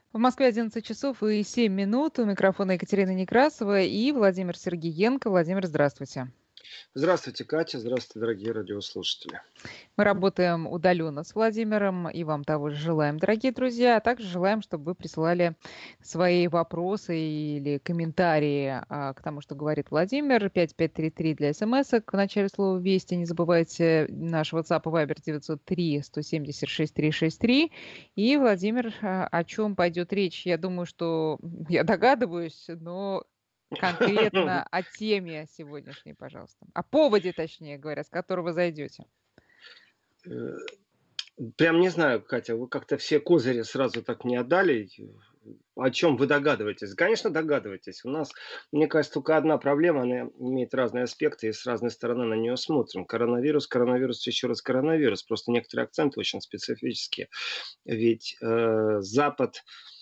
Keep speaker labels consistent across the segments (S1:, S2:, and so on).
S1: В Москве 11 часов и 7 минут. У микрофона Екатерина Некрасова и Владимир Сергиенко. Владимир, здравствуйте.
S2: Здравствуйте, Катя. Здравствуйте, дорогие радиослушатели.
S1: Мы работаем удаленно с Владимиром и вам того же желаем, дорогие друзья. А также желаем, чтобы вы присылали свои вопросы или комментарии к тому, что говорит Владимир. 5533 для смс-ок. В начале слова «Вести» не забывайте наш WhatsApp и Viber 903 176 363. И, Владимир, о чем пойдет речь? Я думаю, что я догадываюсь, но конкретно о теме сегодняшней, пожалуйста. О поводе, точнее говоря, с которого зайдете.
S2: Э, Прям не знаю, Катя, вы как-то все козыри сразу так не отдали. О чем вы догадываетесь? Конечно, догадываетесь. У нас, мне кажется, только одна проблема, она имеет разные аспекты, и с разной стороны на нее смотрим. Коронавирус, еще раз коронавирус. Просто некоторые акценты очень специфические. Ведь Запад,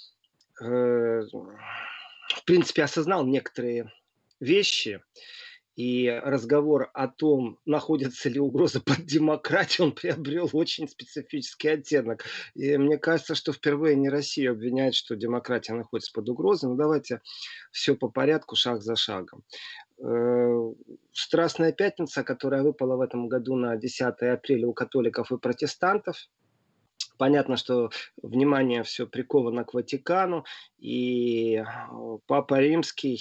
S2: в принципе, осознал некоторые вещи. И разговор о том, находится ли угроза под демократию, он приобрел очень специфический оттенок. И мне кажется, что впервые не Россия обвиняет, что демократия находится под угрозой. Но давайте все по порядку, шаг за шагом. Страстная пятница, которая выпала в этом году на 10 апреля у католиков и протестантов. Понятно, что внимание все приковано к Ватикану, и Папа Римский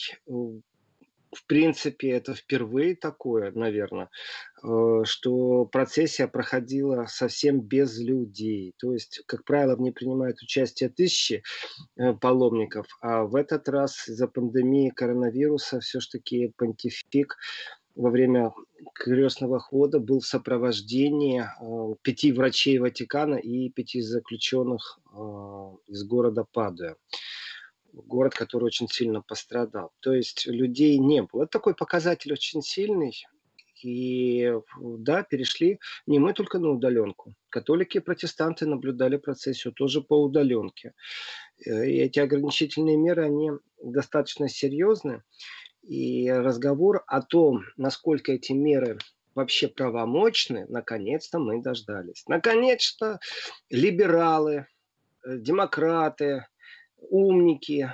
S2: в принципе, это впервые такое, наверное, что процессия проходила совсем без людей. То есть, как правило, в ней принимают участие тысячи паломников, а в этот раз из-за пандемии коронавируса все-таки понтифик во время крестного хода был в сопровождении 5 врачей Ватикана и 5 заключенных из города Падуя. Город, который очень сильно пострадал. То есть людей не было. Это такой показатель очень сильный. И да, перешли не мы только на удаленку. Католики и протестанты наблюдали процессию тоже по удаленке. И эти ограничительные меры, они достаточно серьезны. И разговор о том, насколько эти меры вообще правомочны, наконец-то мы дождались. Наконец-то либералы, демократы, умники,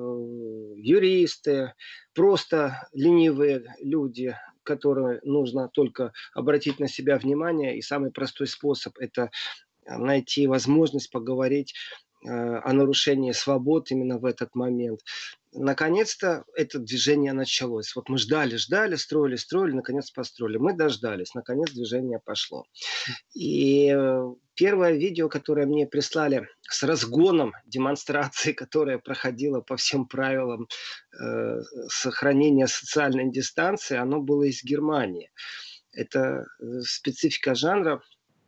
S2: юристы, просто ленивые люди, которые нужно только обратить на себя внимание. И самый простой способ – это найти возможность поговорить о нарушении свобод именно в этот момент. Наконец-то это движение началось. Вот мы ждали, ждали, строили, строили, наконец построили. Мы дождались, наконец движение пошло. И первое видео, которое мне прислали с разгоном демонстрации, которая проходила по всем правилам сохранения социальной дистанции, оно было из Германии. Это специфика жанра.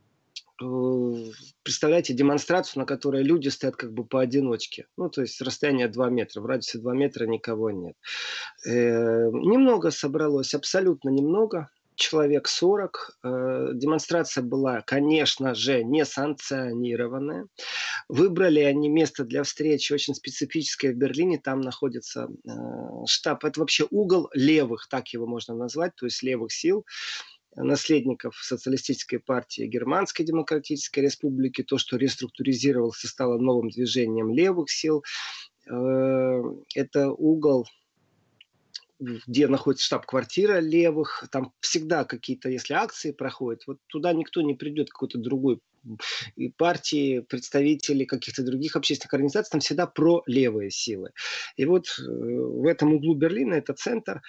S2: Представляете демонстрацию, на которой люди стоят как бы поодиночке. Ну, то есть расстояние 2 метра. В радиусе 2 метра никого нет. Немного собралось, абсолютно немного. Человек 40. Демонстрация была, конечно же, не санкционированная. Выбрали они место для встречи очень специфическое в Берлине. Там находится штаб. Это вообще угол левых, так его можно назвать, то есть левых сил, наследников социалистической партии Германской Демократической Республики, то, что реструктуризировалось и стало новым движением левых сил. Это угол, где находится штаб-квартира левых, там всегда какие-то, если акции проходят, вот туда никто не придет, какой-то другой и партии, представители каких-то других общественных организаций, там всегда пролевые силы. И вот в этом углу Берлина, это центр,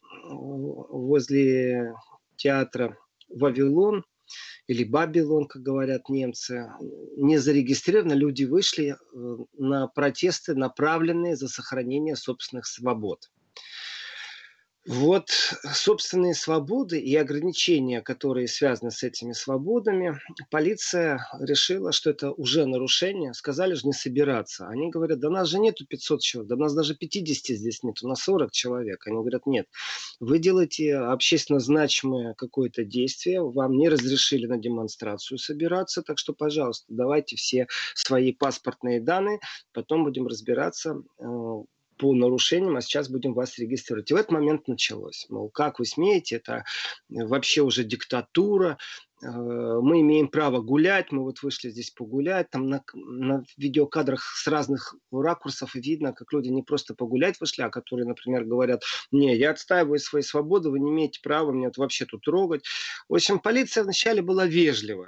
S2: возле театра «Вавилон», или Бабилон, как говорят немцы, не зарегистрировано, люди вышли на протесты, направленные за сохранение собственных свобод. Вот собственные свободы и ограничения, которые связаны с этими свободами, полиция решила, что это уже нарушение. Сказали же не собираться. Они говорят, да нас же нету 500 человек, да нас даже 50 здесь нету, на 40 человек. Они говорят, нет, вы делаете общественно значимое какое-то действие, вам не разрешили на демонстрацию собираться, так что, пожалуйста, давайте все свои паспортные данные, потом будем разбираться, по нарушениям, а сейчас будем вас регистрировать. И в этот момент началось. Мол, как вы смеете, это вообще уже диктатура, мы имеем право гулять, мы вот вышли здесь погулять, там на видеокадрах с разных ракурсов видно, как люди не просто погулять вышли, а которые, например, говорят: не, я отстаиваю свои свободы, вы не имеете права меня вот вообще тут трогать. В общем, полиция вначале была вежлива.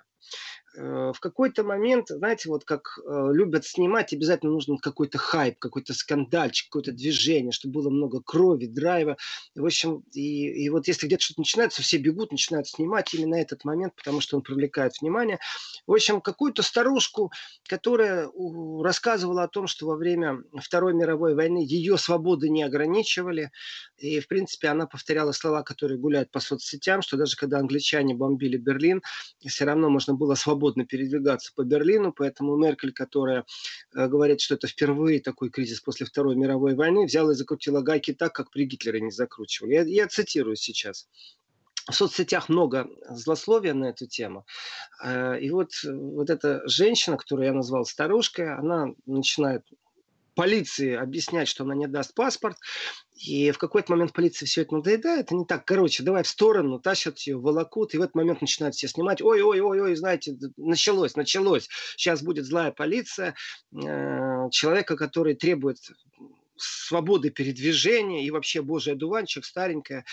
S2: В какой-то момент, знаете, вот как любят снимать, обязательно нужен какой-то хайп, какой-то скандальчик, какое-то движение, чтобы было много крови, драйва. В общем, и вот если где-то что-то начинается, все бегут, начинают снимать именно этот момент, потому что он привлекает внимание. В общем, какую-то старушку, которая рассказывала о том, что во время Второй мировой войны ее свободы не ограничивали, и, в принципе, она повторяла слова, которые гуляют по соцсетям, что даже когда англичане бомбили Берлин, все равно можно было свободно передвигаться по Берлину, поэтому Меркель, которая говорит, что это впервые такой кризис после Второй мировой войны, взяла и закрутила гайки так, как при Гитлере не закручивали. Я цитирую сейчас. В соцсетях много злословия на эту тему. И вот эта женщина, которую я назвал старушкой, она начинает полиции объяснять, что она не даст паспорт. И в какой-то момент полиции все это надоедает. Они так, короче, давай в сторону, тащат ее, волокут. И в этот момент начинают все снимать. Ой, знаете, началось. Сейчас будет злая полиция. Человека, который требует свободы передвижения и вообще божий одуванчик, старенькая.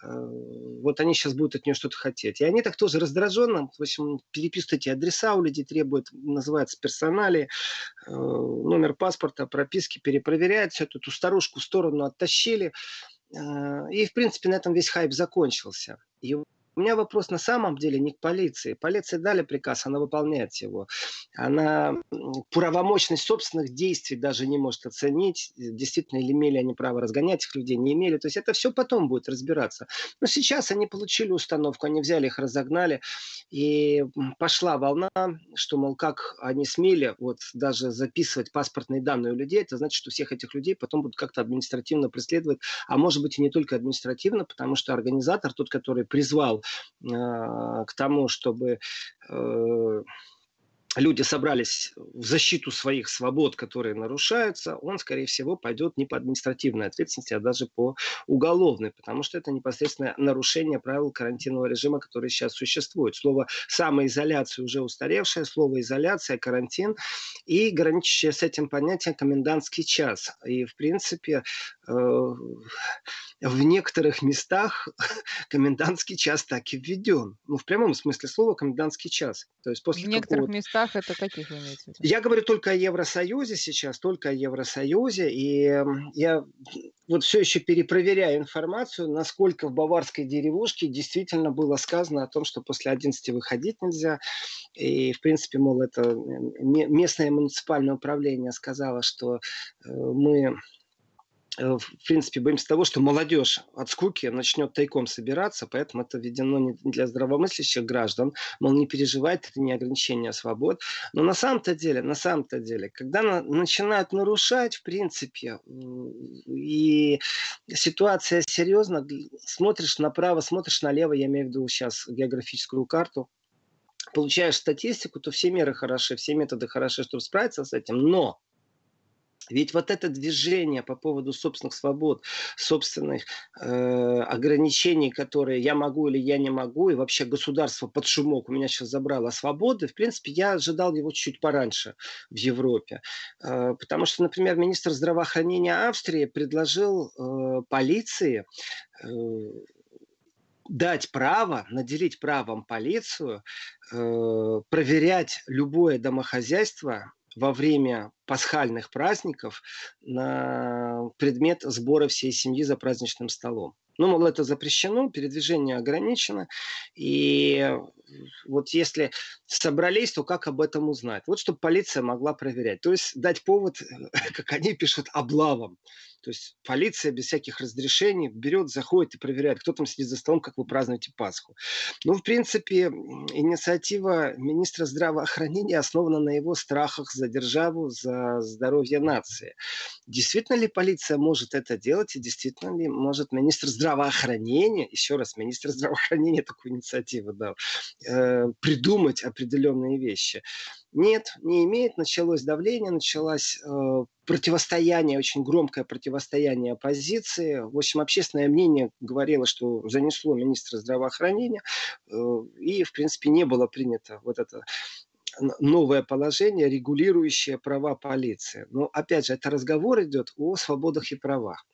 S2: Вот они сейчас будут от нее что-то хотеть. И они так тоже раздраженно, в общем, переписывают эти адреса у людей, требуют, называется, персонали, номер паспорта, прописки, перепроверяют все эту старушку в сторону оттащили. И, в принципе, на этом весь хайп закончился. И у меня вопрос на самом деле не к полиции. Полиции дали приказ, она выполняет его. Она правомощность собственных действий даже не может оценить. Действительно, или имели они право разгонять их людей, не имели. То есть это все потом будет разбираться. Но сейчас они получили установку, они взяли их, разогнали. И пошла волна, что, мол, как они смели вот даже записывать паспортные данные у людей. Это значит, что всех этих людей потом будут как-то административно преследовать. А может быть и не только административно, потому что организатор, тот, который призвал к тому, чтобы люди собрались в защиту своих свобод, которые нарушаются, он, скорее всего, пойдет не по административной ответственности, а даже по уголовной, потому что это непосредственное нарушение правил карантинного режима, который сейчас существует. Слово «самоизоляция» уже устаревшее, слово «изоляция», «карантин» и граничащее с этим понятие «комендантский час». И, в принципе, в некоторых местах комендантский час так и введен. Ну, в прямом смысле слова комендантский час. То есть после
S1: В некоторых
S2: какого-то...
S1: местах это каких вы имеете в виду?
S2: Я говорю только о Евросоюзе сейчас, только о Евросоюзе. И я вот все еще перепроверяю информацию, насколько в баварской деревушке действительно было сказано о том, что после 11 выходить нельзя. И, в принципе, мол, это местное муниципальное управление сказало, что мы... в принципе, боимся того, что молодежь от скуки начнет тайком собираться, поэтому это введено не для здравомыслящих граждан. Мол, не переживайте, это не ограничение свобод. Но на самом-то деле, когда начинают нарушать, в принципе, и ситуация серьезна, смотришь направо, смотришь налево, я имею в виду сейчас географическую карту, получаешь статистику, то все меры хороши, все методы хороши, чтобы справиться с этим, но ведь вот это движение по поводу собственных свобод, собственных ограничений, которые я могу или я не могу, и вообще государство под шумок у меня сейчас забрало свободы, в принципе, я ожидал его чуть пораньше в Европе. Потому что, например, министр здравоохранения Австрии предложил полиции дать право, наделить правом полицию проверять любое домохозяйство во время пасхальных праздников на предмет сбора всей семьи за праздничным столом. Ну, мол, это запрещено, передвижение ограничено. И вот если собрались, то как об этом узнать? Вот чтобы полиция могла проверять. То есть дать повод, как они пишут, облавам. То есть полиция без всяких разрешений берет, заходит и проверяет, кто там сидит за столом, как вы празднуете Пасху. Ну, в принципе, инициатива министра здравоохранения основана на его страхах за державу, за за здоровье нации. Действительно ли полиция может это делать, и действительно ли может министр здравоохранения, еще раз, министр здравоохранения такую инициативу дал, придумать определенные вещи? Нет, не имеет. Началось давление, началось противостояние, очень громкое противостояние оппозиции. В общем, общественное мнение говорило, что занесло министра здравоохранения, и, в принципе, не было принято вот это новое положение, регулирующее права полиции. Но, опять же, это разговор идет о свободах и правах.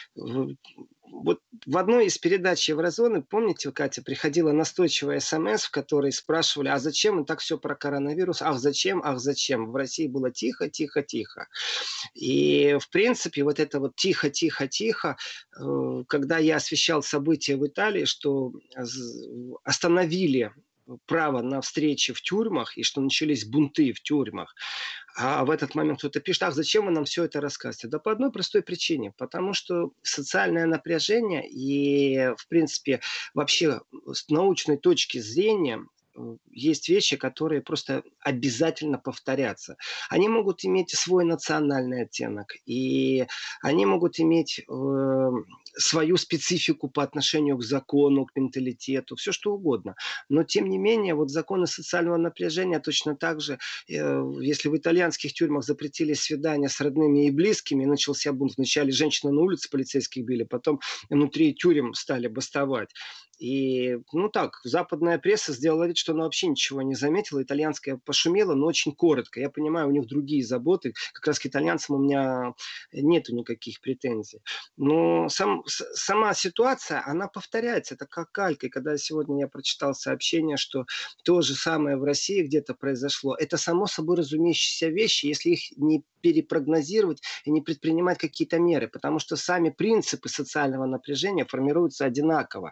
S2: Вот в одной из передач Еврозоны, помните, Катя, приходила настойчивая СМС, в которой спрашивали, а зачем и так все про коронавирус, ах зачем, ах зачем. В России было тихо, тихо, тихо. И, в принципе, вот это вот тихо, тихо, тихо, когда я освещал события в Италии, что остановили право на встречи в тюрьмах, и что начались бунты в тюрьмах. А в этот момент кто-то пишет, ах, зачем вы нам все это рассказываете? Да по одной простой причине. Потому что социальное напряжение и, в принципе, вообще с научной точки зрения есть вещи, которые просто обязательно повторятся. Они могут иметь свой национальный оттенок, и они могут иметь свою специфику по отношению к закону, к менталитету, все что угодно. Но, тем не менее, вот законы социального напряжения точно так же, если в итальянских тюрьмах запретили свидания с родными и близкими, начался бунт. Вначале женщины на улице полицейских били, потом внутри тюрем стали бастовать. И, ну так, западная пресса сделала вид, что она вообще ничего не заметила. Итальянская пошумела, но очень коротко. Я понимаю, у них другие заботы. Как раз к итальянцам у меня нету никаких претензий. Но сама ситуация, она повторяется. Это как калька. И когда сегодня я прочитал сообщение, что то же самое в России где-то произошло, это само собой разумеющиеся вещи, если их не перепрогнозировать и не предпринимать какие-то меры. Потому что сами принципы социального напряжения формируются одинаково.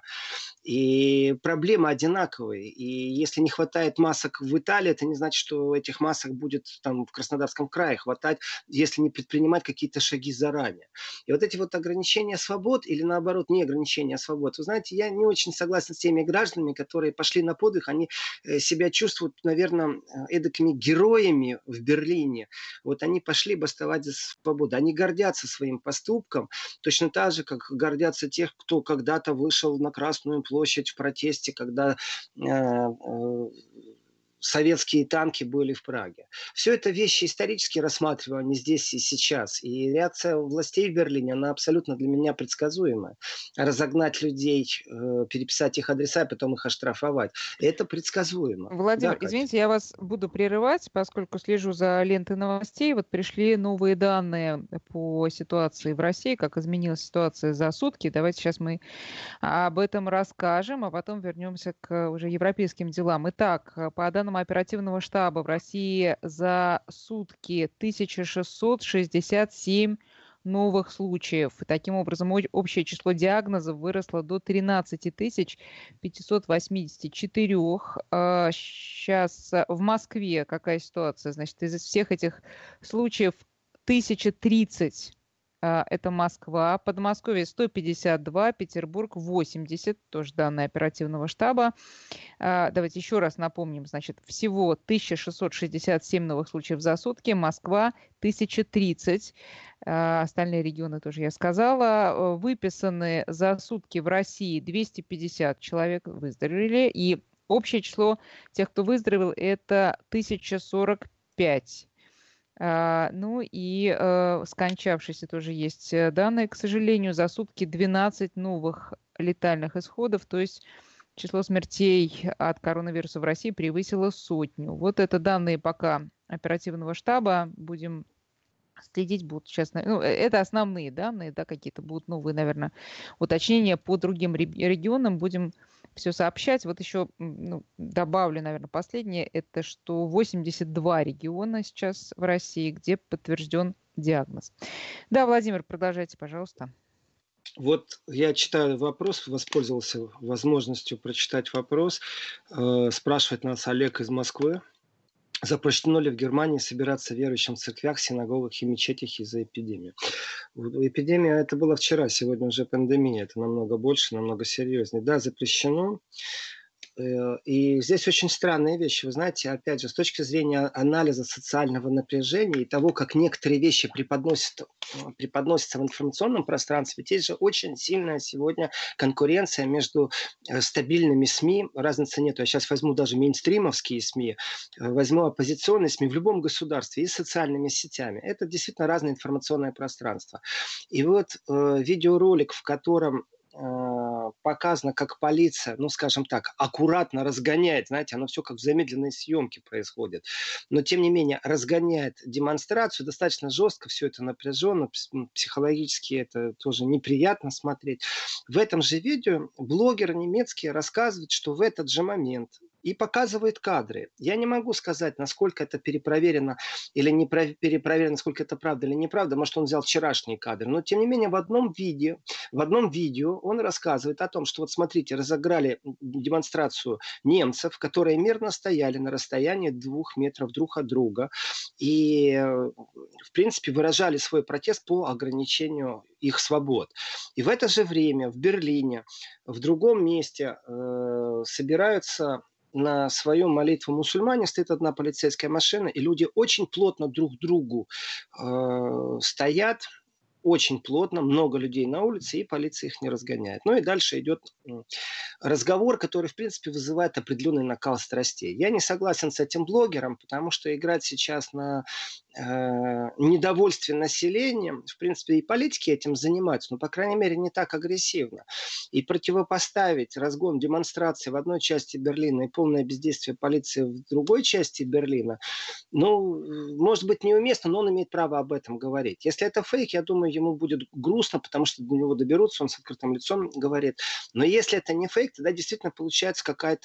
S2: И проблемы одинаковые. И если не хватает масок в Италии, это не значит, что этих масок будет там в Краснодарском крае хватать, если не предпринимать какие-то шаги заранее. И вот эти вот ограничения свобод или наоборот не ограничения свобод. Вы знаете, я не очень согласен с теми гражданами, которые пошли на подвиг. Они себя чувствуют, наверное, эдакими героями в Берлине. Вот они пошли бастовать за свободу. Они гордятся своим поступком, точно так же, как гордятся тех, кто когда-то вышел на Красную площадь в протесте, когда советские танки были в Праге. Все это вещи исторически рассматриваю, они здесь и сейчас. И реакция властей в Берлине, она абсолютно для меня предсказуемая. Разогнать людей, переписать их адреса, и потом их оштрафовать. Это предсказуемо. Да,
S1: Владимир,
S2: Катя?
S1: извините, я вас буду прерывать, поскольку слежу за лентой новостей. Вот пришли новые данные по ситуации в России, как изменилась ситуация за сутки. Давайте сейчас мы об этом расскажем, а потом вернемся к уже европейским делам. Итак, по данным оперативного штаба в России за сутки 1667 новых случаев. И таким образом, общее число диагнозов выросло до 13 584. Сейчас в Москве какая ситуация? Значит, из всех этих случаев 1030 это Москва, Подмосковье 152, Петербург 80, тоже данные оперативного штаба. Давайте еще раз напомним, значит, всего 1667 новых случаев за сутки, Москва 1030. Остальные регионы тоже я сказала. Выписаны за сутки в России 250 человек выздоровели. И общее число тех, кто выздоровел, это 1045. Ну и скончавшиеся тоже есть данные. К сожалению, за сутки 12 новых летальных исходов, то есть число смертей от коронавируса в России превысило 100. Вот это данные пока оперативного штаба. Будем следить, будут сейчас... Ну, это основные данные, да, какие-то будут новые, наверное, уточнения по другим регионам. Будем все сообщать. Вот еще добавлю, наверное, последнее, это что 82 региона сейчас в России, где подтвержден диагноз. Да, Владимир, продолжайте, пожалуйста.
S2: Вот я читаю вопрос, воспользовался возможностью прочитать вопрос. Спрашивает нас Олег из Москвы. Запрещено ли в Германии собираться верующим в церквях, синагогах и мечетях из-за эпидемии? Эпидемия это было вчера, сегодня уже пандемия, это намного больше, намного серьезнее. Да, запрещено. И здесь очень странные вещи. Вы знаете, опять же, с точки зрения анализа социального напряжения и того, как некоторые вещи преподносятся в информационном пространстве, ведь есть же очень сильная сегодня конкуренция между стабильными СМИ. Разницы нет. Я сейчас возьму даже мейнстримовские СМИ, возьму оппозиционные СМИ в любом государстве и социальными сетями. Это действительно разное информационное пространство. И вот видеоролик, в котором показано, как полиция, ну, скажем так, аккуратно разгоняет, знаете, оно все как в замедленной съемке происходит, но, тем не менее, разгоняет демонстрацию, достаточно жестко, все это напряженно, психологически это тоже неприятно смотреть. В этом же видео блогер немецкий рассказывает, что в этот же момент и показывает кадры. Я не могу сказать, насколько это перепроверено или не перепроверено, насколько это правда или неправда. Может, он взял вчерашние кадры. Но, тем не менее, в одном видео он рассказывает о том, что вот смотрите, разыграли демонстрацию немцев, которые мирно стояли на расстоянии 2 метров друг от друга и, в принципе, выражали свой протест по ограничению их свобод. И в это же время в Берлине, в другом месте собираются на свою молитву мусульмане, стоит одна полицейская машина, и люди очень плотно друг к другу стоят, очень плотно, много людей на улице, и полиция их не разгоняет. Ну и дальше идет разговор, который, в принципе, вызывает определенный накал страстей. Я не согласен с этим блогером, потому что играть сейчас на недовольстве населением, в принципе, и политики этим занимаются, но, по крайней мере, не так агрессивно. И противопоставить разгон демонстрации в одной части Берлина и полное бездействие полиции в другой части Берлина, ну, может быть, неуместно, но он имеет право об этом говорить. Если это фейк, я думаю, ему будет грустно, потому что до него доберутся, он с открытым лицом говорит. Но если это не фейк, тогда действительно получается какая-то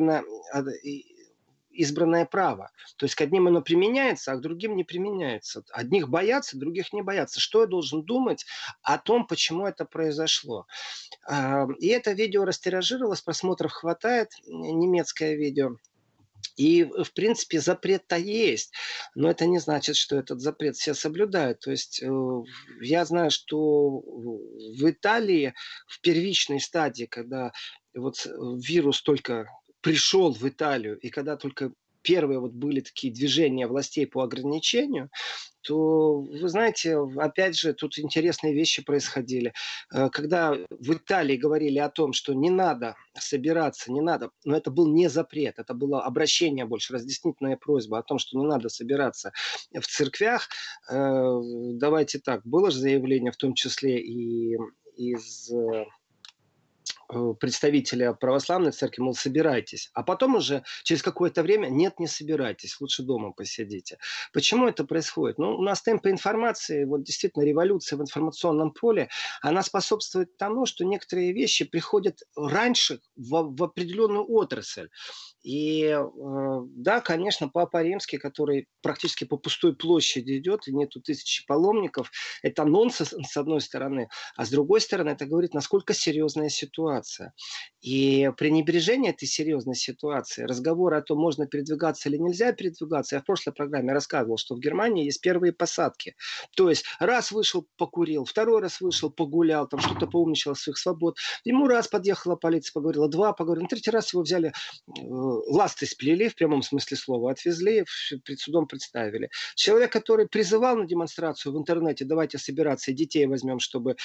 S2: избранное право. То есть к одним оно применяется, а к другим не применяется. Одних боятся, других не боятся. Что я должен думать о том, почему это произошло? И это видео растиражировалось, просмотров хватает, немецкое видео. И, в принципе, запрет-то есть, но это не значит, что этот запрет все соблюдают. То есть я знаю, что в Италии в первичной стадии, когда вот вирус только пришел в Италию, и когда только первые вот были такие движения властей по ограничению, то, вы знаете, опять же, тут интересные вещи происходили. Когда в Италии говорили о том, что не надо собираться, не надо, но это был не запрет, это было обращение больше, разъяснительная просьба о том, что не надо собираться в церквях. Давайте так, было же заявление, в том числе и из представителя православной церкви, мол, собирайтесь. А потом уже через какое-то время нет, не собирайтесь, лучше дома посидите. Почему это происходит? Ну, у нас темпы информации, вот действительно революция в информационном поле, она способствует тому, что некоторые вещи приходят раньше в определенную отрасль. И да, конечно, Папа Римский, который практически по пустой площади идет, и нету тысячи паломников, это нонсенс с одной стороны, а с другой стороны это говорит, насколько серьезная ситуация. И пренебрежение этой серьезной ситуации, разговор о том, можно передвигаться или нельзя передвигаться, я в прошлой программе рассказывал, что в Германии есть первые посадки. То есть раз вышел, покурил, второй раз вышел, погулял, там что-то поумничал своих свобод, ему раз подъехала полиция, поговорила, два поговорила, на третий раз его взяли, ласты сплели, в прямом смысле слова, отвезли, пред судом представили. Человек, который призывал на демонстрацию в интернете, давайте собираться, и детей возьмем, чтобы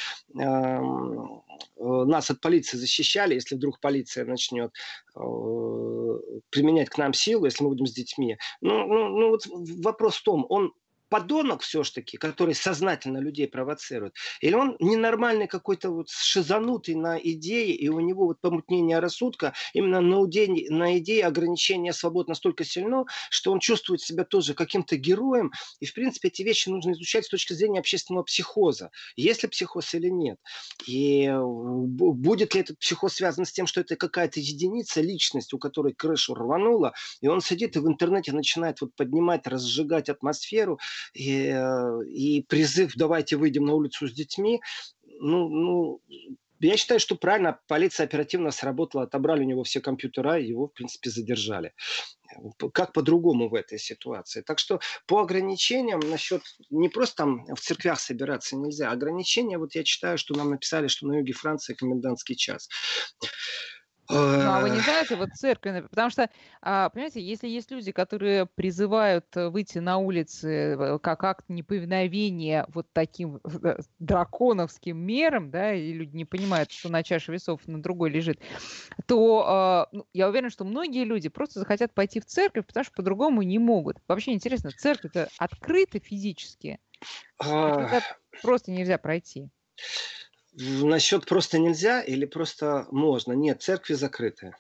S2: нас от полиции защищали, если вдруг полиция начнет применять к нам силу, если мы будем с детьми. Ну вот вопрос в том, он подонок все-таки, который сознательно людей провоцирует, или он ненормальный какой-то вот шизанутый на идее, и у него вот помутнение рассудка именно на идее ограничения свобод настолько сильно, что он чувствует себя тоже каким-то героем, и в принципе эти вещи нужно изучать с точки зрения общественного психоза, есть ли психоз или нет, и будет ли этот психоз связан с тем, что это какая-то единица, личность, у которой крышу рвануло, и он сидит и в интернете начинает вот поднимать, разжигать атмосферу, и призыв «давайте выйдем на улицу с детьми», я считаю, что правильно, полиция оперативно сработала, отобрали у него все компьютера, его, в принципе, задержали. Как по-другому в этой ситуации? Так что по ограничениям насчет не просто там в церквях собираться нельзя, ограничения, вот я читаю, что нам написали, что на юге Франции комендантский час.
S1: Ну, а вы
S2: Э,
S1: не знаете, вот церковь, потому что, понимаете, если есть люди, которые призывают выйти на улицы как акт неповиновения вот таким драконовским мерам, да, и люди не понимают, что на чаше весов на другой лежит, то ну, я уверена, что многие люди просто захотят пойти в церковь, потому что по-другому не могут. Вообще интересно, церковь-то открыта физически, или
S2: а,
S1: туда просто нельзя пройти?
S2: Насчет просто нельзя или просто можно? Нет, церкви закрыты.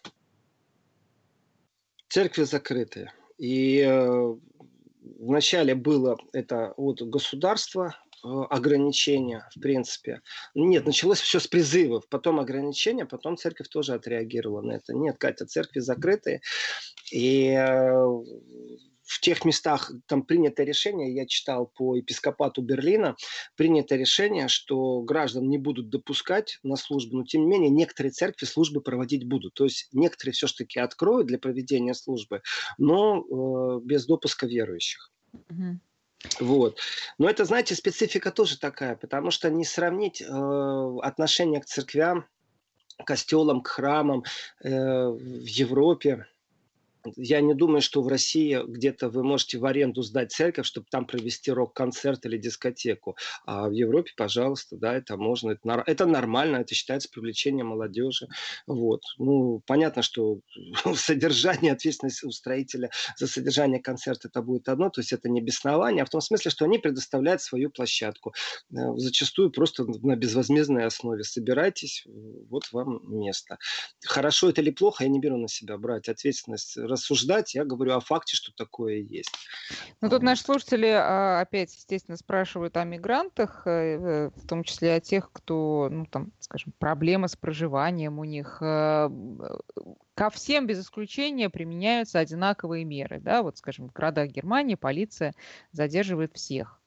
S2: Церкви закрыты. И вначале было это от государства ограничения, в принципе. Нет, началось все с призывов, потом ограничения, потом церковь тоже отреагировала на это. Нет, Катя, церкви закрыты. И в тех местах там принято решение, я читал по епископату Берлина, принято решение, что граждан не будут допускать на службу, но тем не менее некоторые церкви службы проводить будут. То есть некоторые все-таки откроют для проведения службы, но без допуска верующих.
S1: Мгм.
S2: Вот. Но это, знаете, специфика тоже такая, потому что не сравнить отношение к церквям, к костелам, к храмам в Европе. Я не думаю, что в России где-то вы можете в аренду сдать церковь, чтобы там провести рок-концерт или дискотеку. А в Европе, пожалуйста, да, это можно. Это нормально, это считается привлечением молодежи. Вот. Ну, понятно, что содержание, ответственность у строителя за содержание концерта это будет одно, то есть это не беснование, а в том смысле, что они предоставляют свою площадку. Зачастую просто на безвозмездной основе. Собирайтесь, вот вам место. Хорошо это или плохо, я не беру на себя брать ответственность, рассуждать. Я говорю о факте, что такое есть.
S1: Ну, тут
S2: Вот.
S1: наши слушатели опять, естественно, спрашивают о мигрантах, в том числе о тех, кто, ну, там, скажем, проблемы с проживанием у них. Ко всем без исключения применяются одинаковые меры, да, вот, скажем, в городах Германии полиция задерживает всех.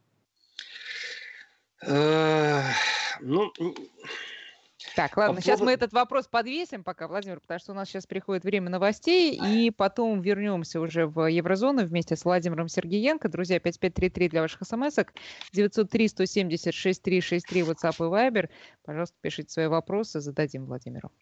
S2: Э, Ну,
S1: Так,
S2: по
S1: ладно, сейчас мы
S2: поводу...
S1: этот вопрос подвесим пока, Владимир, потому что у нас сейчас приходит время новостей, и потом вернемся уже в Еврозону вместе с Владимиром Сергеенко. Друзья, 5533 для ваших смс-ок, 903-170-6363, WhatsApp и Viber. Пожалуйста, пишите свои вопросы, зададим Владимиру.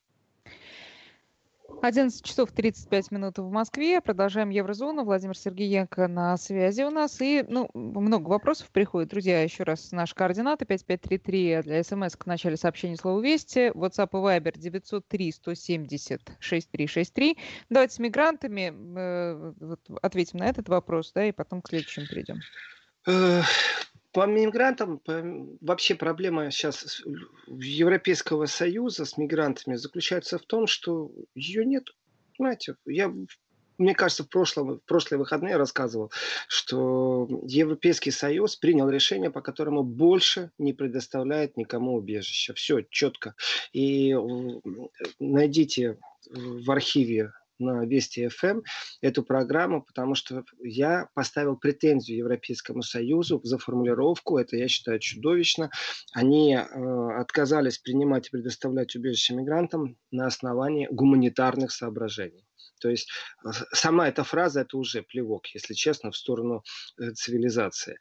S1: 11 часов 35 минут в Москве. Продолжаем Еврозону. Владимир Сергеенко на связи у нас. И, ну, много вопросов приходит. Друзья, еще раз наши координаты. 5533 для смс в начале сообщения слово «Вести». WhatsApp и Viber 903-170-6363. Давайте с мигрантами вот, ответим на этот вопрос, да, и потом к следующему перейдем.
S2: э, По мигрантам, вообще проблема сейчас Европейского Союза с мигрантами заключается в том, что ее нет. Понимаете, мне кажется, в прошлые выходные рассказывал, что Европейский Союз принял решение, по которому больше не предоставляет никому убежища. Все четко. И найдите в архиве на Вести ФМ эту программу, потому что я поставил претензию Европейскому Союзу за формулировку, это я считаю чудовищно. Они отказались принимать и предоставлять убежище мигрантам на основании гуманитарных соображений. То есть сама эта фраза это уже плевок, если честно, в сторону цивилизации.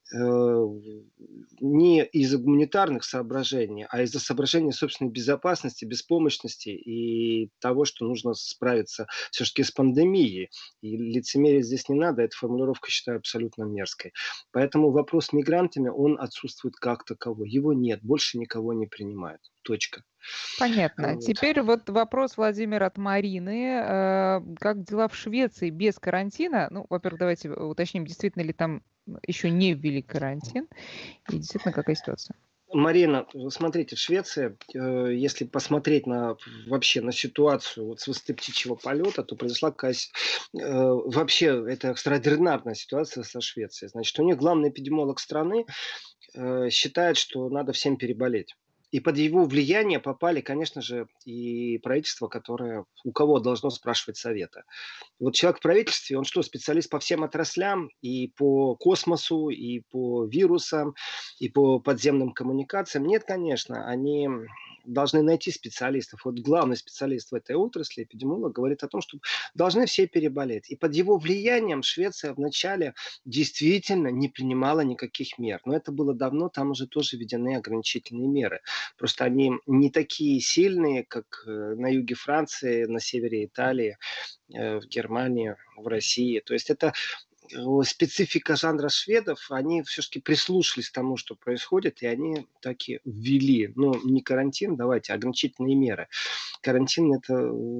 S2: Не из-за гуманитарных соображений, а из-за соображений собственной безопасности, беспомощности и того, что нужно справиться все-таки с пандемией. И лицемерие здесь не надо, эта формулировка считаю абсолютно мерзкой. Поэтому вопрос с мигрантами, он отсутствует как таковой. Его нет, больше никого не принимают. Точка.
S1: Понятно.
S2: Вот.
S1: Теперь вот вопрос, Владимир, от Марины. Как дела в Швеции без карантина? Ну, во-первых, давайте уточним, действительно ли там еще не ввели карантин, и действительно какая ситуация?
S2: Марина, вы смотрите, в Швеции, если посмотреть вообще на ситуацию вот с высоты птичьего полета, то произошла вообще это экстраординарная ситуация со Швецией. Значит, у них главный эпидемиолог страны считает, что надо всем переболеть. И под его влияние попали, конечно же, и правительство, которое у кого должно спрашивать совета. Вот человек в правительстве, он что, специалист по всем отраслям, и по космосу, и по вирусам, и по подземным коммуникациям? Нет, конечно, они должны найти специалистов. Вот главный специалист в этой отрасли, эпидемиолог, говорит о том, что должны все переболеть. И под его влиянием Швеция вначале действительно не принимала никаких мер. Но это было давно, там уже тоже введены ограничительные меры. Просто они не такие сильные, как на юге Франции, на севере Италии, в Германии, в России. То есть это специфика жанра шведов, они все-таки прислушались к тому, что происходит, и они таки ввели, ну, не карантин, давайте, ограничительные меры. Карантин это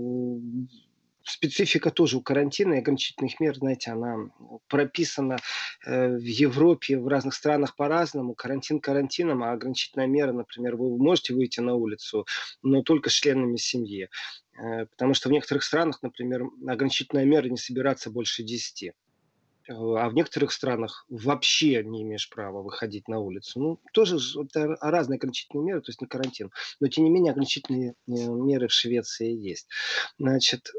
S2: специфика тоже у карантина и ограничительных мер, знаете, она прописана в Европе, в разных странах по-разному. Карантин карантином, а ограничительная мера, например, вы можете выйти на улицу, но только с членами семьи. Потому что в некоторых странах, например, ограничительная мера не собираться больше 10. А в некоторых странах вообще не имеешь права выходить на улицу. Ну, тоже это разные ограничительные меры, то есть не карантин. Но, тем не менее, ограничительные меры в Швеции есть. Значит,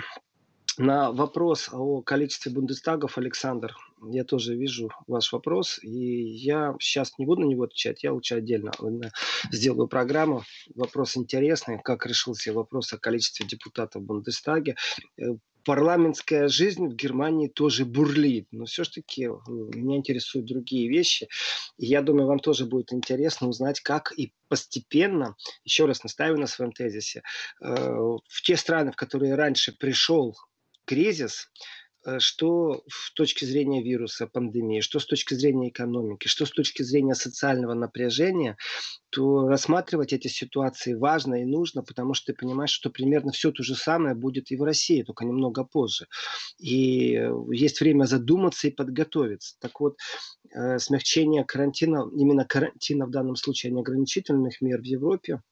S2: на вопрос о количестве бундестагов, Александр, я тоже вижу ваш вопрос, и я сейчас не буду на него отвечать, я лучше отдельно сделаю программу. Вопрос интересный, как решился вопрос о количестве депутатов в Бундестаге. Парламентская жизнь в Германии тоже бурлит, но все-таки меня интересуют другие вещи. И я думаю, вам тоже будет интересно узнать, как и постепенно, еще раз настаиваю на своем тезисе, в те страны, в которые раньше пришел кризис, что с точки зрения вируса, пандемии, что с точки зрения экономики, что с точки зрения социального напряжения, то рассматривать эти ситуации важно и нужно, потому что ты понимаешь, что примерно все то же самое будет и в России, только немного позже. И есть время задуматься и подготовиться. Так вот, смягчение карантина, именно карантина в данном случае, а не ограничительных мер в Европе,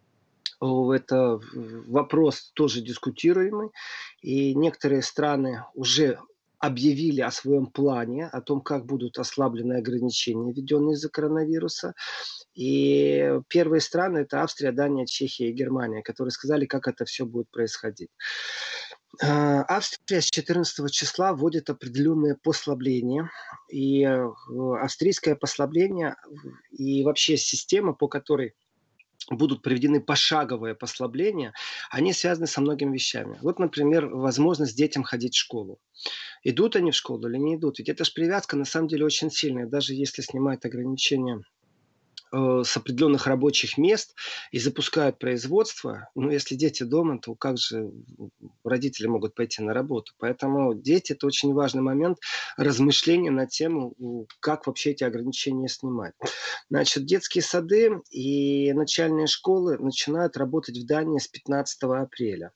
S2: это вопрос тоже дискутируемый, и некоторые страны уже объявили о своем плане, о том, как будут ослаблены ограничения, введенные из-за коронавируса. И первые страны – это Австрия, Дания, Чехия и Германия, которые сказали, как это все будет происходить. Австрия с 14 числа вводит определенные послабления. И австрийское послабление и вообще система, по которой будут проведены пошаговые послабления, они связаны со многими вещами. Вот, например, возможность детям ходить в школу. Идут они в школу или не идут? Ведь это же привязка на самом деле очень сильная. Даже если снимают ограничения с определенных рабочих мест и запускают производство, ну, если дети дома, то как же родители могут пойти на работу? Поэтому дети – это очень важный момент размышления на тему, как вообще эти ограничения снимать. Значит, детские сады и начальные школы начинают работать в Дании с 15 апреля.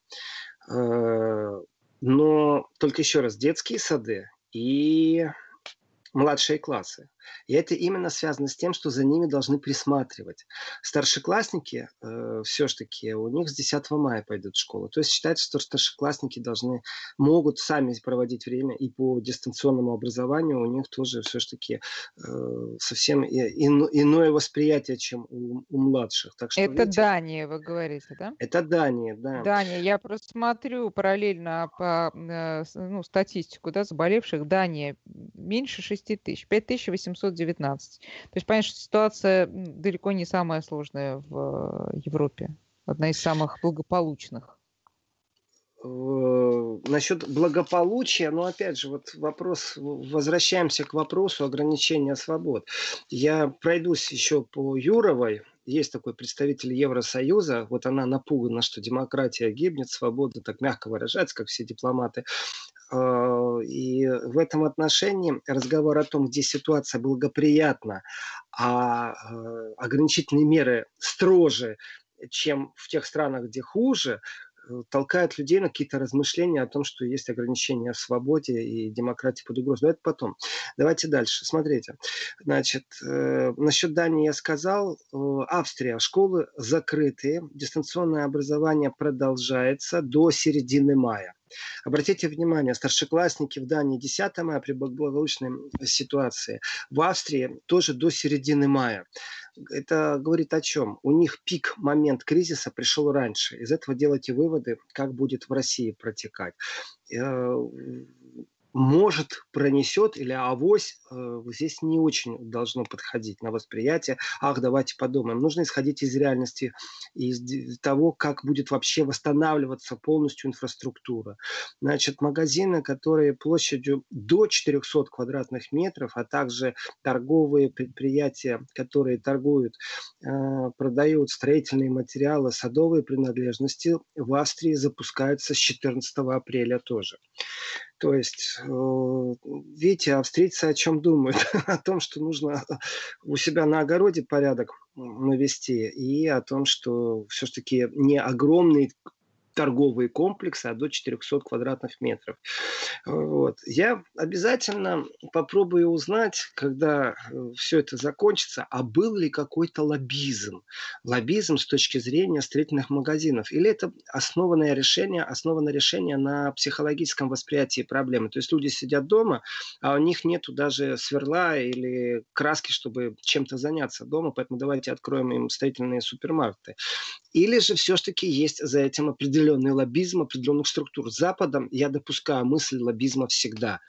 S2: Но только еще раз, детские сады и младшие классы. И это именно связано с тем, что за ними должны присматривать. Старшеклассники все-таки у них с 10 мая пойдут в школу. То есть считается, что старшеклассники могут сами проводить время, и по дистанционному образованию у них тоже все-таки совсем иное восприятие, чем у младших. Так что,
S1: Это
S2: видите,
S1: Дания, вы говорите, да?
S2: это Дания, да.
S1: Дания, я просто смотрю параллельно по, статистику, да, заболевших. Дания меньше 6 тысяч, 5819. То есть, понятно, что ситуация далеко не самая сложная в Европе. Одна из самых благополучных.
S2: Насчет благополучия, но опять же, вот вопрос, возвращаемся к вопросу ограничения свобод. Я пройдусь еще по Юровой. Есть такой представитель Евросоюза, вот она напугана, что демократия гибнет, свобода, так мягко выражается, как все дипломаты. И в этом отношении разговор о том, где ситуация благоприятна, а ограничительные меры строже, чем в тех странах, где хуже, толкает людей на какие-то размышления о том, что есть ограничения в свободе и демократии под угрозой. Но это потом. Давайте дальше. Смотрите. Значит, насчет Дании я сказал. Австрия. Школы закрытые. Дистанционное образование продолжается до середины мая. Обратите внимание, старшеклассники в Дании 10 мая при благополучной ситуации. В Австрии тоже до середины мая. Это говорит о чем? У них пик, момент кризиса пришел раньше. Из этого делайте выводы, как будет в России протекать. может, пронесет или авось, здесь не очень должно подходить на восприятие. Ах, давайте подумаем. Нужно исходить из реальности, из того, как будет вообще восстанавливаться полностью инфраструктура. Значит, магазины, которые площадью до 400 квадратных метров, а также торговые предприятия, которые торгуют, продают строительные материалы, садовые принадлежности, в Австрии запускаются с 14 апреля тоже. То есть, видите, австрийцы о чем думают? О том, что нужно у себя на огороде порядок навести, и о том, что все-таки не огромный торговые комплексы, а до 400 квадратных метров. Вот. Я обязательно попробую узнать, когда все это закончится, а был ли какой-то лоббизм. Лоббизм с точки зрения строительных магазинов. Или это основано решение на психологическом восприятии проблемы. То есть люди сидят дома, а у них нету даже сверла или краски, чтобы чем-то заняться дома, поэтому давайте откроем им строительные супермаркеты. Или же все-таки есть за этим определенный лоббизм определенных структур. С Западом я допускаю мысль лоббизма всегда.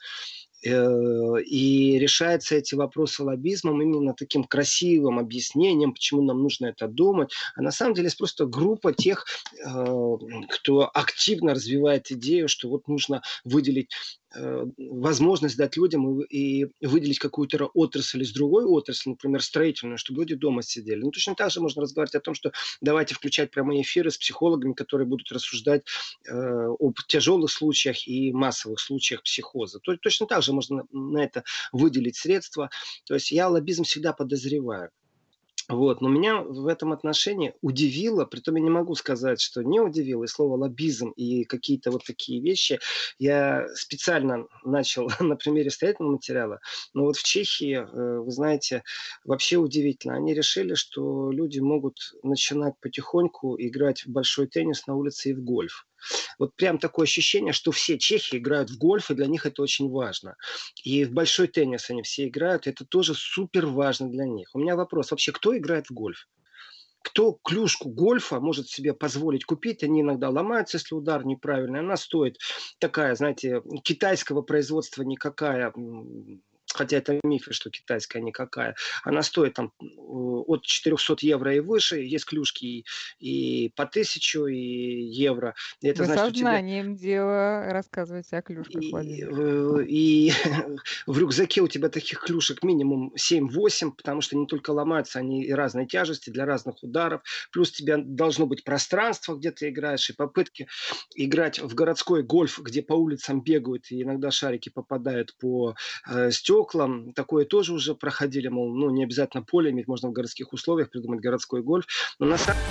S2: И решаются эти вопросы лоббизмом именно таким красивым объяснением, почему нам нужно это думать. А на самом деле это просто группа тех, кто активно развивает идею, что вот нужно выделить возможность дать людям и выделить какую-то отрасль из другой отрасли, например, строительную, чтобы люди дома сидели. Ну, точно так же можно разговаривать о том, что давайте включать прямые эфиры с психологами, которые будут рассуждать об тяжелых случаях и массовых случаях психоза. Точно так же можно на это выделить средства. То есть я лоббизм всегда подозреваю. Вот. Но меня в этом отношении удивило, притом я не могу сказать, что не удивило, и слово лоббизм, и какие-то вот такие вещи. Я специально начал на примере строительного материала, но вот в Чехии, вы знаете, вообще удивительно. Они решили, что люди могут начинать потихоньку играть в большой теннис на улице и в гольф. Вот прям такое ощущение, что все чехи играют в гольф, и для них это очень важно. И в большой теннис они все играют, это тоже супер важно для них. У меня вопрос, вообще кто играет в гольф? Кто клюшку гольфа может себе позволить купить? Они иногда ломаются, если удар неправильный. Она стоит такая, знаете, китайского производства никакая, хотя это мифы, что китайская никакая, она стоит там от 400 евро и выше, есть клюшки и по 1000 евро. И это
S1: Вы
S2: значит, у тебя
S1: сознанием дела рассказываете о клюшках,
S2: и,
S1: Владимир.
S2: и в рюкзаке у тебя таких клюшек минимум 7-8, потому что не только ломаются, они и разной тяжести для разных ударов. Плюс у тебя должно быть пространство, где ты играешь, и попытки играть в городской гольф, где по улицам бегают, и иногда шарики попадают по стеклам. Такое тоже уже проходили, мол, ну не обязательно поле иметь, можно в городских условиях придумать городской гольф. Но на самом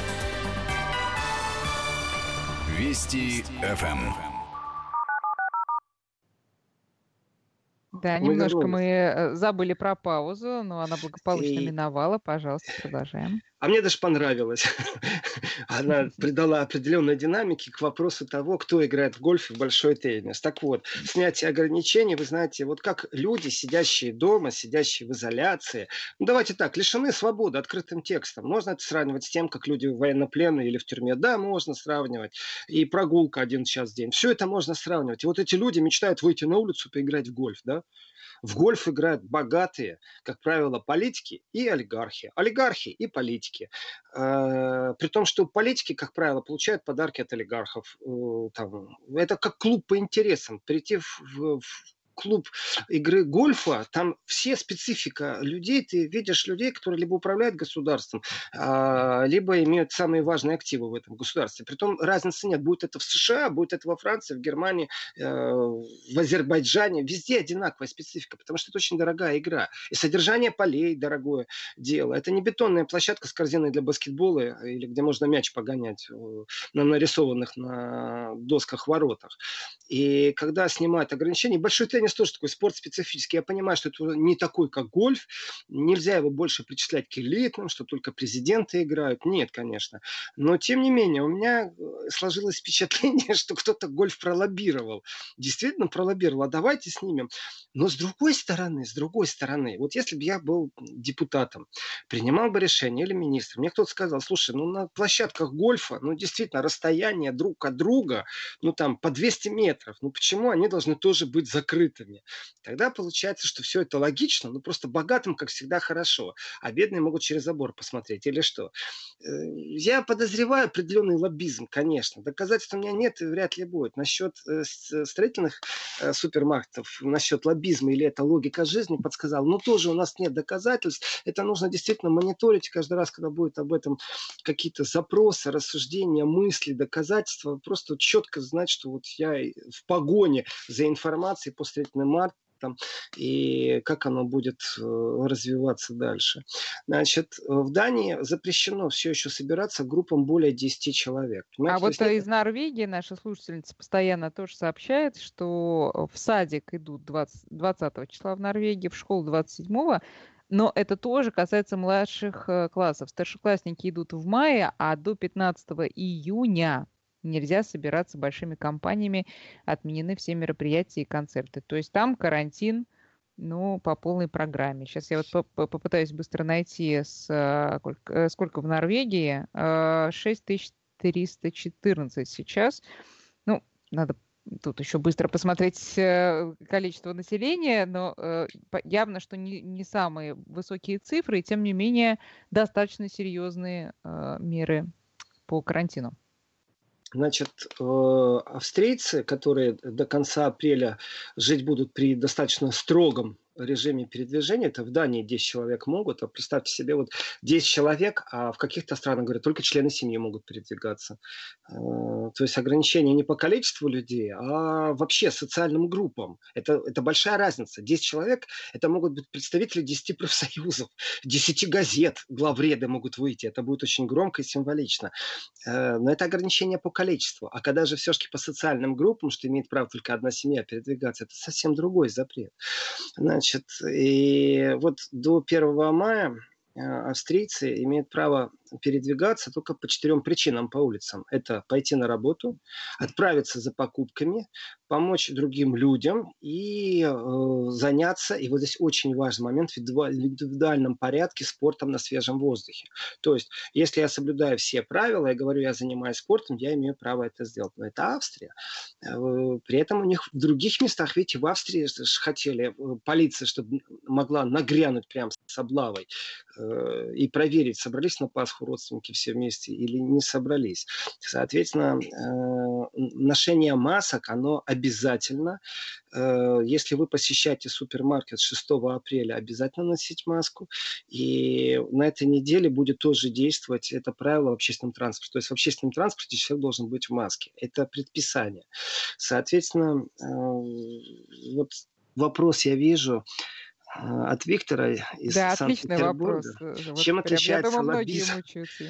S3: Вести ФМ.
S1: Да,
S2: мы
S1: немножко
S2: вернулись.
S1: мы забыли про паузу, но она благополучно
S2: И
S1: миновала. Пожалуйста, продолжаем.
S2: А мне даже понравилось. Она придала определенной динамики к вопросу того, кто играет в гольф и в большой теннис. Так вот, снятие ограничений, вы знаете, вот как люди, сидящие дома, сидящие в изоляции, ну давайте так, лишены свободы открытым текстом. Можно это сравнивать с тем, как люди в военнопленные или в тюрьме? Да, можно сравнивать. И прогулка 1 час в день. Все это можно сравнивать. И вот эти люди мечтают выйти на улицу и поиграть в гольф, да? В гольф играют богатые, как правило, политики и олигархи. Олигархи и политики. При том, что политики, как правило, получают подарки от олигархов. Это как клуб по интересам. Прийти в клуб игры гольфа, там все специфика людей, ты видишь людей, которые либо управляют государством, либо имеют самые важные активы в этом государстве. Притом разницы нет, будет это в США, будет это во Франции, в Германии, в Азербайджане, везде одинаковая специфика, потому что это очень дорогая игра. И содержание полей дорогое дело. Это не бетонная площадка с корзиной для баскетбола или где можно мяч погонять на нарисованных на досках воротах. И когда снимают ограничения, большой теннис тоже такой спорт специфический. Я понимаю, что это не такой, как гольф. Нельзя его больше причислять к элитным, что только президенты играют. Нет, конечно. Но, тем не менее, у меня сложилось впечатление, что кто-то гольф пролоббировал. Действительно пролоббировал. А давайте снимем. Но с другой стороны, вот если бы я был депутатом, принимал бы решение или министром, мне кто-то сказал, слушай, ну на площадках гольфа, ну действительно, расстояние друг от друга, ну там по 200 метров, ну почему они должны тоже быть закрыты? закрытыми. Тогда получается, что все это логично, но просто богатым, как всегда, хорошо, а бедные могут через забор посмотреть или что. Я подозреваю определенный лоббизм, конечно. Доказательств у меня нет и вряд ли будет. Насчет строительных супермаркетов, насчет лоббизма или это логика жизни подсказал, но тоже у нас нет доказательств. Это нужно действительно мониторить каждый раз, когда будет об этом какие-то запросы, рассуждения, мысли, доказательства. Просто четко знать, что вот я в погоне за информацией по строительным маркетам и как оно будет развиваться дальше. Значит, в Дании запрещено все еще собираться группам более 10 человек.
S1: А
S2: Понимаете?
S1: вот из Норвегии наша слушательница постоянно тоже сообщает, что в садик идут 20 числа в Норвегии, в школу 27-го, но это тоже касается младших классов. Старшеклассники идут в мае, а до 15 июня нельзя собираться большими компаниями, отменены все мероприятия и концерты. То есть там карантин, ну, по полной программе. Сейчас я вот попытаюсь быстро найти, сколько в Норвегии. 6314 сейчас. Ну, надо тут еще быстро посмотреть количество населения, но явно, что не самые высокие цифры, и тем не менее достаточно серьезные меры по карантину.
S2: Значит, австрийцы, которые до конца апреля жить будут при достаточно строгом режиме передвижения, это в Дании 10 человек могут, а представьте себе, вот 10 человек, а в каких-то странах, говорят, только члены семьи могут передвигаться. То есть ограничения не по количеству людей, а вообще социальным группам. Это большая разница. 10 человек, это могут быть представители 10 профсоюзов, 10 газет, главреды могут выйти. Это будет очень громко и символично. Но это ограничение по количеству. А когда же все-таки по социальным группам, что имеет право только одна семья передвигаться, это совсем другой запрет. Значит, и вот до 1 мая австрийцы имеют право передвигаться только по 4 причинам по улицам. Это пойти на работу, отправиться за покупками, помочь другим людям и заняться, и вот здесь очень важный момент, в индивидуальном порядке спортом на свежем воздухе. То есть, если я соблюдаю все правила, я говорю, я занимаюсь спортом, я имею право это сделать. Но это Австрия. При этом у них в других местах, видите, в Австрии хотели полиция, чтобы могла нагрянуть прям с облавой и проверить, собрались на Пасху родственники все вместе или не собрались. Соответственно, ношение масок, оно обязательно. Если вы посещаете супермаркет 6 апреля, обязательно носить маску. И на этой неделе будет тоже действовать это правило в общественном транспорте. То есть в общественном транспорте человек должен быть в маске. Это предписание. Соответственно, вот вопрос я вижу от Виктора из Санкт-Петербурга. Чем отличается лоббизм?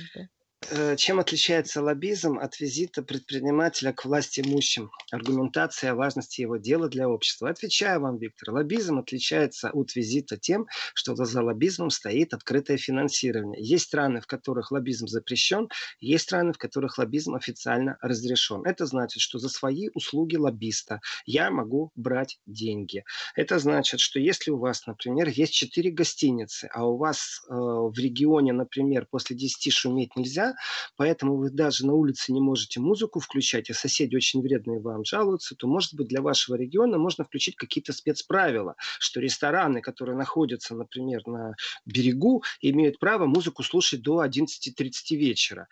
S2: Чем отличается лоббизм от визита предпринимателя к власть имущим? Аргументация о важности его дела для общества. Отвечаю вам, Виктор. Лоббизм отличается от визита тем, что за лоббизмом стоит открытое финансирование. Есть страны, в которых лоббизм запрещен, есть страны, в которых лоббизм официально разрешен. Это значит, что за свои услуги лоббиста я могу брать деньги. Это значит, что если у вас, например, есть 4 гостиницы, а у вас в регионе, например, после 10 шуметь нельзя, поэтому вы даже на улице не можете музыку включать, а соседи очень вредные вам жалуются, то, может быть, для вашего региона можно включить какие-то спецправила, что рестораны, которые находятся, например, на берегу, имеют право музыку слушать до 11:30 вечера.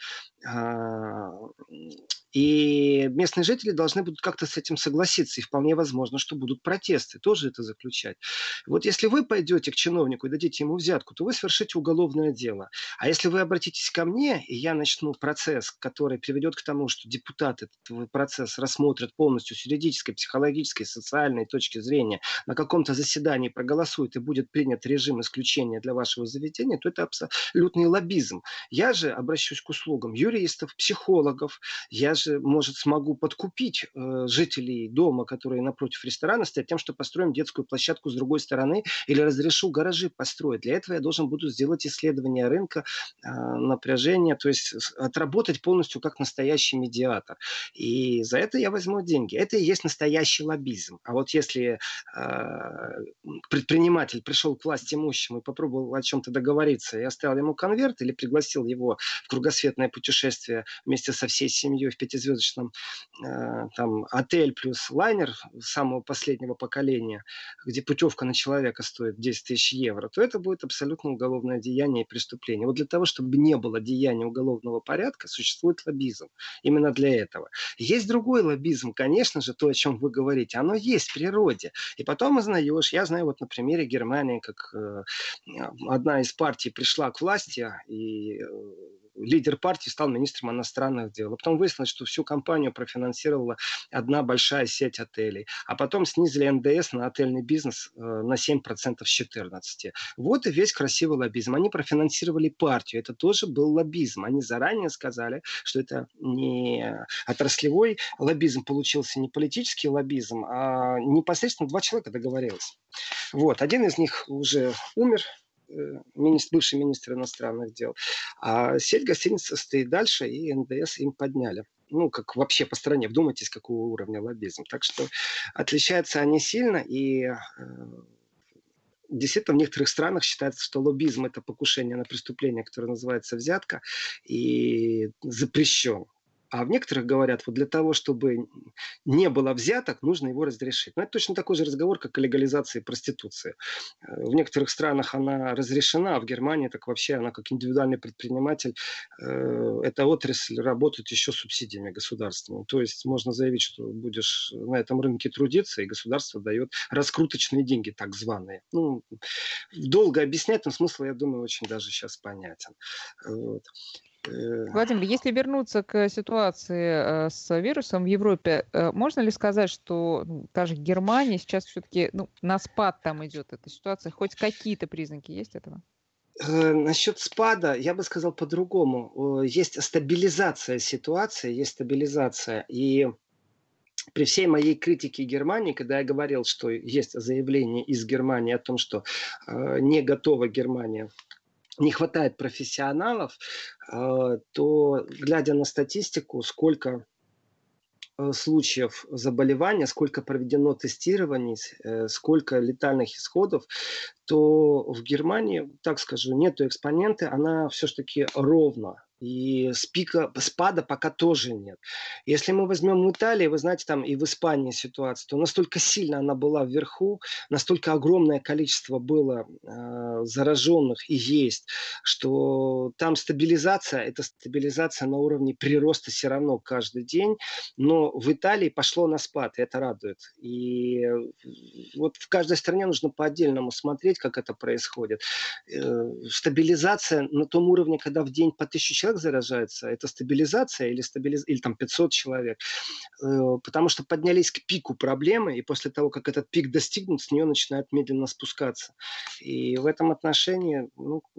S2: И местные жители должны будут как-то с этим согласиться. И вполне возможно, что будут протесты. Тоже это заключать. Вот если вы пойдете к чиновнику и дадите ему взятку, то вы совершите уголовное дело. А если вы обратитесь ко мне, и я начну процесс, который приведет к тому, что депутаты этот процесс рассмотрят полностью с юридической, психологической, социальной точки зрения, на каком-то заседании проголосуют и будет принят режим исключения для вашего заведения, то это абсолютный лоббизм. Я же обращусь к услугам юристов, психологов. Я же, может, смогу подкупить жителей дома, которые напротив ресторана стоят, тем, что построим детскую площадку с другой стороны или разрешу гаражи построить. Для этого я должен буду сделать исследование рынка, напряжения, то есть отработать полностью как настоящий медиатор. И за это я возьму деньги. Это и есть настоящий лоббизм. А вот если предприниматель пришел к власти имущему и попробовал о чем-то договориться и оставил ему конверт или пригласил его в кругосветное путешествие вместе со всей семьей в пятизвездочном там отель плюс лайнер самого последнего поколения, где путевка на человека стоит 10 тысяч евро, то это будет абсолютно уголовное деяние и преступление. Вот для того, чтобы не было деяния уголовного порядка, существует лоббизм. Именно для этого. Есть другой лоббизм, конечно же, то, о чем вы говорите, оно есть в природе. И потом узнаешь, я знаю вот на примере Германии, как одна из партий пришла к власти, и лидер партии стал министром иностранных дел. А потом выяснилось, что всю кампанию профинансировала одна большая сеть отелей. А потом снизили НДС на отельный бизнес на 7% с 14%. Вот и весь красивый лоббизм. Они профинансировали партию. Это тоже был лоббизм. Они заранее сказали, что это не отраслевой лоббизм получился, не политический лоббизм, а непосредственно два человека договорились. Вот. Один из них уже умер, бывший министр иностранных дел. А сеть гостиниц стоит дальше, и НДС им подняли. Ну, как вообще по стране. Вдумайтесь, какого уровня лоббизм. Так что отличаются они сильно, и действительно в некоторых странах считается, что лоббизм – это покушение на преступление, которое называется взятка, и запрещен. А в некоторых говорят, вот для того, чтобы не было взяток, нужно его разрешить. Но это точно такой же разговор, как о легализации проституции. В некоторых странах она разрешена, а в Германии так вообще она как индивидуальный предприниматель, эта отрасль работает еще субсидиями государственными. То есть можно заявить, что будешь на этом рынке трудиться, и государство дает раскруточные деньги, так званые. Ну, долго объяснять, но смысл, я думаю, очень даже сейчас понятен. Вот.
S1: Владимир, если вернуться к ситуации с вирусом в Европе, можно ли сказать, что та же Германия сейчас все-таки на спад там идет эта ситуация? Хоть какие-то признаки есть этого?
S2: Насчет спада я бы сказал по-другому. Есть стабилизация ситуации, есть стабилизация. И при всей моей критике Германии, когда я говорил, что есть заявление из Германии о том, что не готова Германия, не хватает профессионалов, то, глядя на статистику, сколько случаев заболевания, сколько проведено тестирований, сколько летальных исходов, то в Германии, так скажу, нету экспоненты, она все-таки ровно. И спада пока тоже нет. Если мы возьмем Италию, вы знаете, там и в Испании ситуация, то настолько сильно она была вверху, настолько огромное количество было зараженных и есть, что там стабилизация, это стабилизация на уровне прироста все равно каждый день, но в Италии пошло на спад, и это радует. И вот в каждой стране нужно по-отдельному смотреть, как это происходит. Стабилизация на том уровне, когда в день по 1000 человек заражается, это стабилизация или там 500 человек. Потому что поднялись к пику проблемы, и после того, как этот пик достигнут, с нее начинают медленно спускаться. И в этом отношении,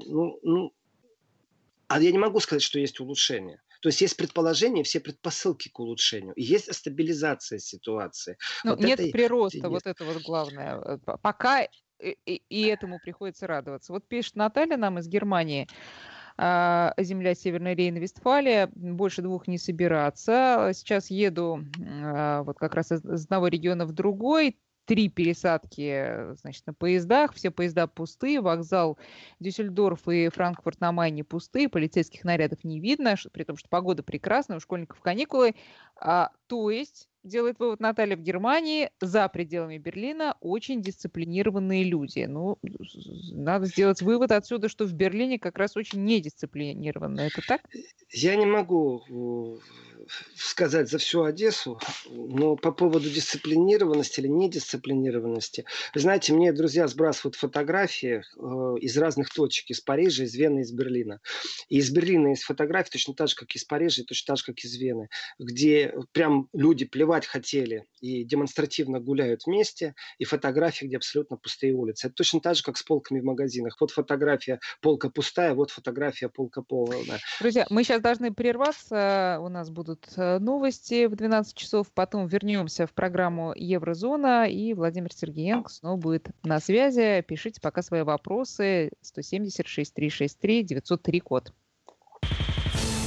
S2: а я не могу сказать, что есть улучшение. То есть есть предположения, все предпосылки к улучшению. И есть стабилизация ситуации.
S1: Вот нет прироста, вот это вот главное. Пока и этому приходится радоваться. Вот пишет Наталья нам из Германии. Земля Северная Рейн-Вестфалия, больше 2 не собираться. Сейчас еду вот как раз из одного региона в другой. 3 пересадки, значит, на поездах. Все поезда пустые. Вокзал Дюссельдорф и Франкфурт на Майне пустые. Полицейских нарядов не видно, при том, что погода прекрасная, у школьников каникулы. То есть, делает вывод Наталья, в Германии за пределами Берлина очень дисциплинированные люди. Ну, надо сделать вывод отсюда, что в Берлине как раз очень недисциплинированно. Это так?
S2: Я не могу сказать за всю Одессу, но по поводу дисциплинированности или недисциплинированности, вы знаете, мне друзья сбрасывают фотографии из разных точек, из Парижа, из Вены, из Берлина. И из Берлина есть фотографии точно так же, как из Парижа, и точно так же, как из Вены, где прям люди плевать хотели и демонстративно гуляют вместе, и фотографии, где абсолютно пустые улицы. Это точно так же, как с полками в магазинах. Вот фотография, полка пустая, вот фотография, полка полная.
S1: Друзья, мы сейчас должны прерваться. У нас будут новости в 12 часов. Потом вернемся в программу Еврозона. И Владимир Сергеенко снова будет на связи. Пишите пока свои вопросы. 170-6363-903 код.